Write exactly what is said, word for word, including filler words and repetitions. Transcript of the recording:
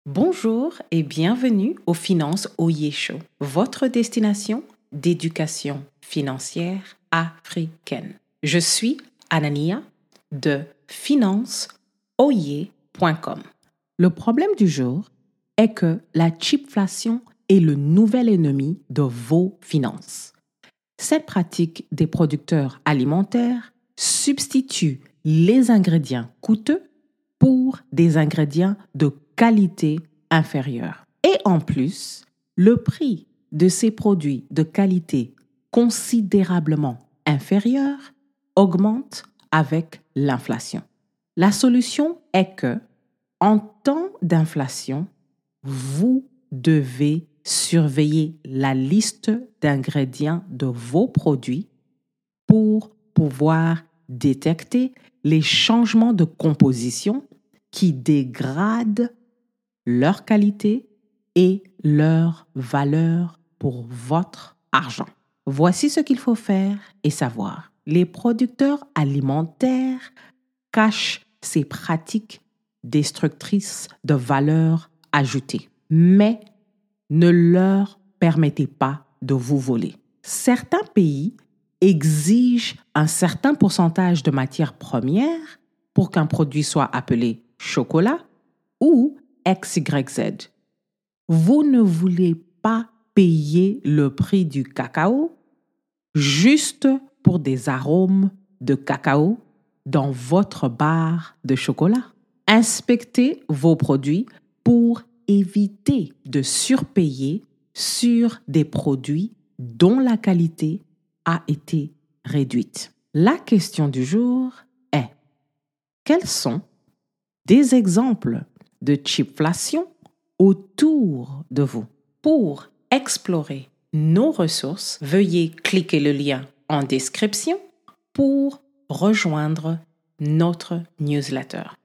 Bonjour et bienvenue au Finance Oye Show, votre destination d'éducation financière africaine. Je suis Anania de finance oye point com. Le problème du jour est que la chipflation est le nouvel ennemi de vos finances. Cette pratique des producteurs alimentaires substitue les ingrédients coûteux pour des ingrédients de qualité inférieure. Et en plus, le prix de ces produits de qualité considérablement inférieure augmente avec l'inflation. La solution est que, en temps d'inflation, vous devez surveiller la liste d'ingrédients de vos produits pour pouvoir détecter les changements de composition qui dégradent leur qualité et leur valeur pour votre argent. Voici ce qu'il faut faire et savoir. Les producteurs alimentaires cachent ces pratiques destructrices de valeur ajoutée, mais ne leur permettez pas de vous voler. Certains pays exigent un certain pourcentage de matières premières pour qu'un produit soit appelé chocolat ou X Y Z. Vous ne voulez pas payer le prix du cacao juste pour des arômes de cacao dans votre barre de chocolat. Inspectez vos produits pour éviter de surpayer sur des produits dont la qualité a été réduite. La question du jour est: quels sont des exemples de chipflation autour de vous? Pour explorer nos ressources, veuillez cliquer le lien en description pour rejoindre notre newsletter.